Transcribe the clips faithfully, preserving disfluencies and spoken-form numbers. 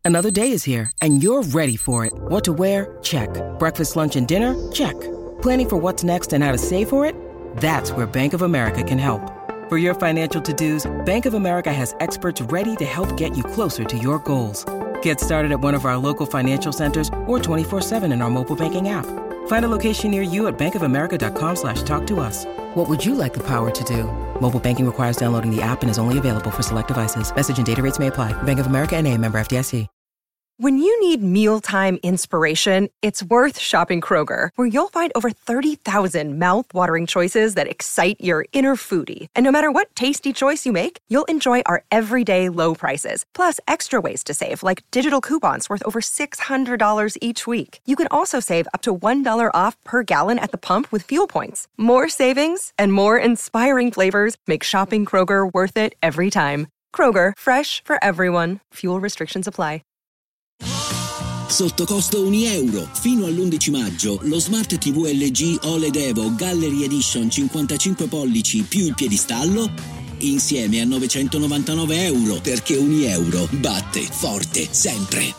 Another day is here, and you're ready for it. What to wear? Check. Breakfast, lunch, and dinner? Check. Planning for what's next and how to save for it? That's where Bank of America can help. For your financial to-dos, Bank of America has experts ready to help get you closer to your goals. Get started at one of our local financial centers or twenty-four seven in our mobile banking app. Find a location near you at bankofamerica.com slash talk to us. What would you like the power to do? Mobile banking requires downloading the app and is only available for select devices. Message and data rates may apply. Bank of America N A, member F D I C. When you need mealtime inspiration, it's worth shopping Kroger, where you'll find over thirty thousand mouth-watering choices that excite your inner foodie. And no matter what tasty choice you make, you'll enjoy our everyday low prices, plus extra ways to save, like digital coupons worth over six hundred dollars each week. You can also save up to one dollar off per gallon at the pump with fuel points. More savings and more inspiring flavors make shopping Kroger worth it every time. Kroger, fresh for everyone. Fuel restrictions apply. Sotto costo un euro. Fino all'undici maggio lo Smart ti vu L G O L E D Evo Gallery Edition cinquantacinque pollici più il piedistallo insieme a novecentonovantanove euro, perché un euro batte forte sempre.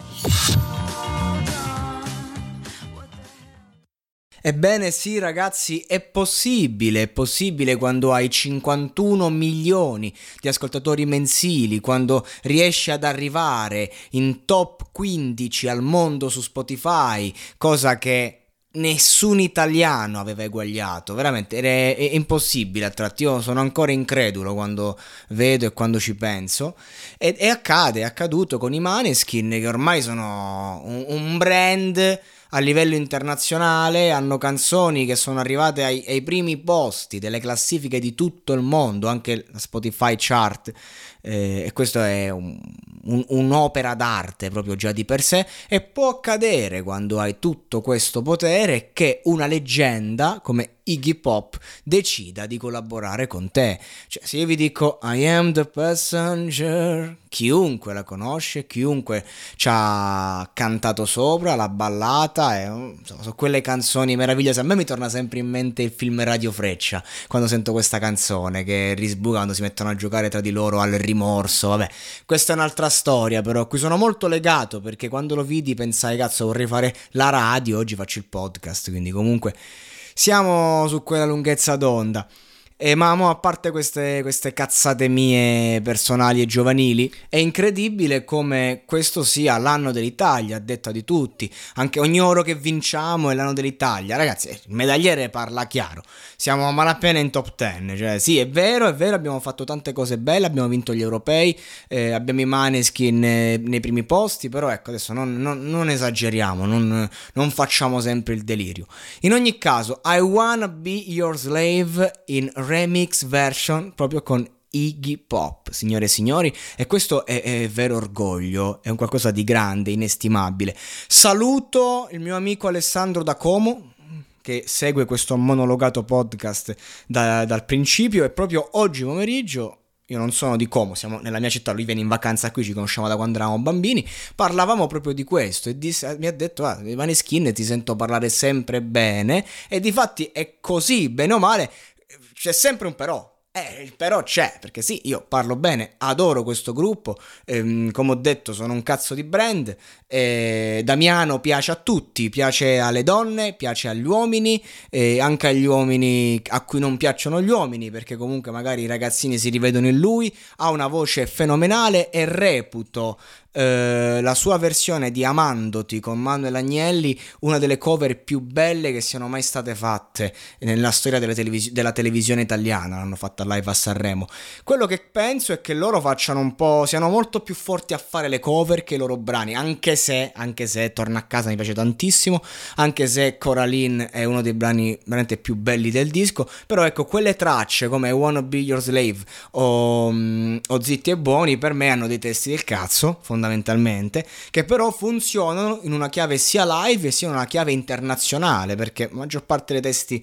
Ebbene sì ragazzi, è possibile, è possibile quando hai cinquantuno milioni di ascoltatori mensili, quando riesci ad arrivare in top quindici al mondo su Spotify, cosa che nessun italiano aveva eguagliato, veramente è, è impossibile a tratti. Io sono ancora incredulo quando vedo e quando ci penso, e, e accade, è accaduto con i Maneskin, che ormai sono un, un brand a livello internazionale, hanno canzoni che sono arrivate ai, ai primi posti delle classifiche di tutto il mondo, anche la Spotify chart, eh, e questo è un, un, un'opera d'arte proprio già di per sé. E può accadere, quando hai tutto questo potere, che una leggenda come Iggy Pop decida di collaborare con te. Cioè, se io vi dico I am the passenger, chiunque la conosce, chiunque ci ha cantato sopra, l'ha ballata, e, insomma, sono quelle canzoni meravigliose. A me mi torna sempre in mente il film Radio Freccia, quando sento questa canzone, che risbucando si mettono a giocare tra di loro al rimorso. Vabbè, questa è un'altra storia, però a cui sono molto legato, perché quando lo vidi pensai, cazzo, vorrei fare la radio, oggi faccio il podcast, quindi comunque siamo su quella lunghezza d'onda. E ma mo, a parte queste, queste cazzate mie personali e giovanili, è incredibile come questo sia l'anno dell'Italia, a detta di tutti. Anche ogni oro che vinciamo è l'anno dell'Italia. Ragazzi, il medagliere parla chiaro, siamo a malapena in top dieci. Cioè, sì, è vero, è vero, abbiamo fatto tante cose belle, abbiamo vinto gli europei, eh, abbiamo i Maneskin nei, nei primi posti, però ecco, adesso non, non, non esageriamo, non, non facciamo sempre il delirio. In ogni caso, I Wanna Be Your Slave in remix version proprio con Iggy Pop, signore e signori, e questo è, è vero orgoglio, è un qualcosa di grande, inestimabile. Saluto il mio amico Alessandro da Como, che segue questo monologato podcast da, dal principio, e proprio oggi pomeriggio, io non sono di Como, siamo nella mia città, lui viene in vacanza qui, ci conosciamo da quando eravamo bambini, parlavamo proprio di questo, e disse, mi ha detto, ah, i Maneskin ti sento parlare sempre bene, e difatti è così, bene o male. C'è sempre un però, eh, il però c'è, perché sì, io parlo bene, adoro questo gruppo, ehm, come ho detto sono un cazzo di brand, eh, Damiano piace a tutti, piace alle donne, piace agli uomini, e anche agli uomini a cui non piacciono gli uomini, perché comunque magari i ragazzini si rivedono in lui, ha una voce fenomenale, e reputo Uh, la sua versione di Amandoti con Manuel Agnelli una delle cover più belle che siano mai state fatte nella storia delle televis- della televisione italiana. L'hanno fatta live a Sanremo. Quello che penso è che loro facciano un po', siano molto più forti a fare le cover che i loro brani, anche se, anche se Torna a casa mi piace tantissimo, anche se Coraline è uno dei brani veramente più belli del disco. Però ecco, quelle tracce come I Wanna Be Your Slave o, um, o Zitti e Buoni per me hanno dei testi del cazzo, fondamentalmente, fondamentalmente, che però funzionano in una chiave sia live sia in una chiave internazionale, perché la maggior parte dei testi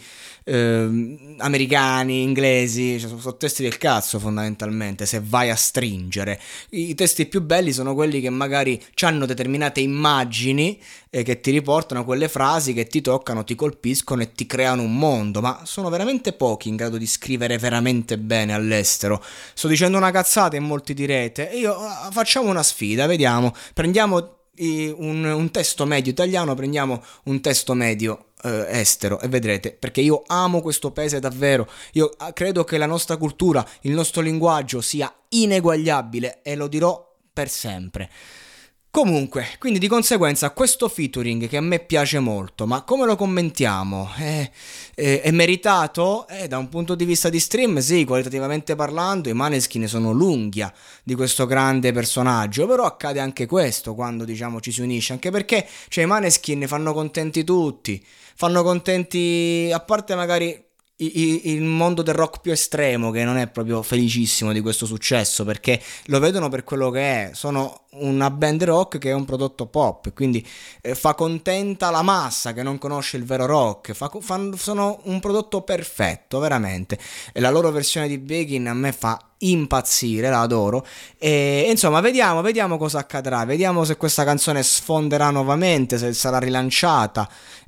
eh, americani, inglesi, cioè, sono, sono testi del cazzo fondamentalmente, se vai a stringere. I testi più belli sono quelli che magari hanno determinate immagini eh, che ti riportano quelle frasi che ti toccano, ti colpiscono e ti creano un mondo, ma sono veramente pochi in grado di scrivere veramente bene all'estero. Sto dicendo una cazzata e molti direte, io facciamo una sfida, vediamo, prendiamo Un, un testo medio italiano, prendiamo un testo medio eh, estero e vedrete, perché io amo questo paese davvero. Io credo che la nostra cultura, il nostro linguaggio sia ineguagliabile e lo dirò per sempre. Comunque, quindi di conseguenza questo featuring che a me piace molto, ma come lo commentiamo? È, è, è meritato? Eh, da un punto di vista di stream, sì, qualitativamente parlando, i Maneskin sono l'unghia di questo grande personaggio, però accade anche questo quando, diciamo, ci si unisce, anche perché, cioè, i Maneskin fanno contenti tutti, fanno contenti, a parte magari il mondo del rock più estremo, che non è proprio felicissimo di questo successo, perché lo vedono per quello che è, sono una band rock che è un prodotto pop, quindi eh, fa contenta la massa che non conosce il vero rock, fa, fa, sono un prodotto perfetto veramente, e la loro versione di Begin a me fa impazzire, la adoro, e insomma vediamo, vediamo cosa accadrà, vediamo se questa canzone sfonderà nuovamente, se sarà rilanciata,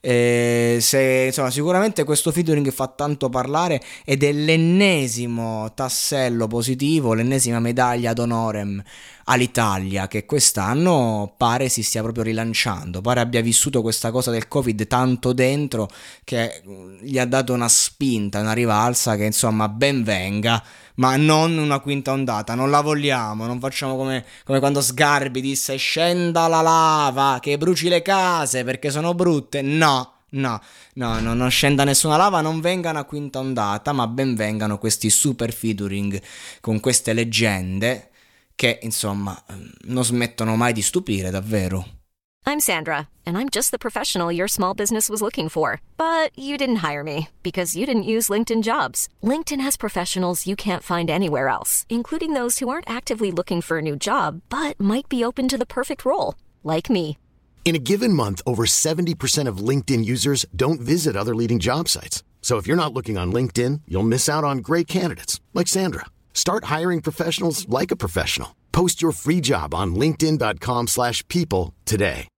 e se, insomma, sicuramente questo featuring fa tanto parlare ed è l'ennesimo tassello positivo, l'ennesima medaglia d'honorem all'Italia, che quest'anno pare si stia proprio rilanciando, pare abbia vissuto questa cosa del Covid tanto dentro che gli ha dato una spinta, una rivalsa che insomma ben venga, ma non una quinta ondata, non la vogliamo, non facciamo come, come quando Sgarbi disse scenda la lava che bruci le case perché sono brutte. No, no, no, no, non scenda nessuna lava, non venga una quinta ondata, ma ben vengano questi super featuring con queste leggende che insomma non smettono mai di stupire davvero. I'm Sandra, and I'm just the professional your small business was looking for. But you didn't hire me because you didn't use LinkedIn Jobs. LinkedIn has professionals you can't find anywhere else, including those who aren't actively looking for a new job, but might be open to the perfect role, like me. In a given month, over seventy percent of LinkedIn users don't visit other leading job sites. So if you're not looking on LinkedIn, you'll miss out on great candidates, like Sandra. Start hiring professionals like a professional. Post your free job on linkedin dot com slash people today.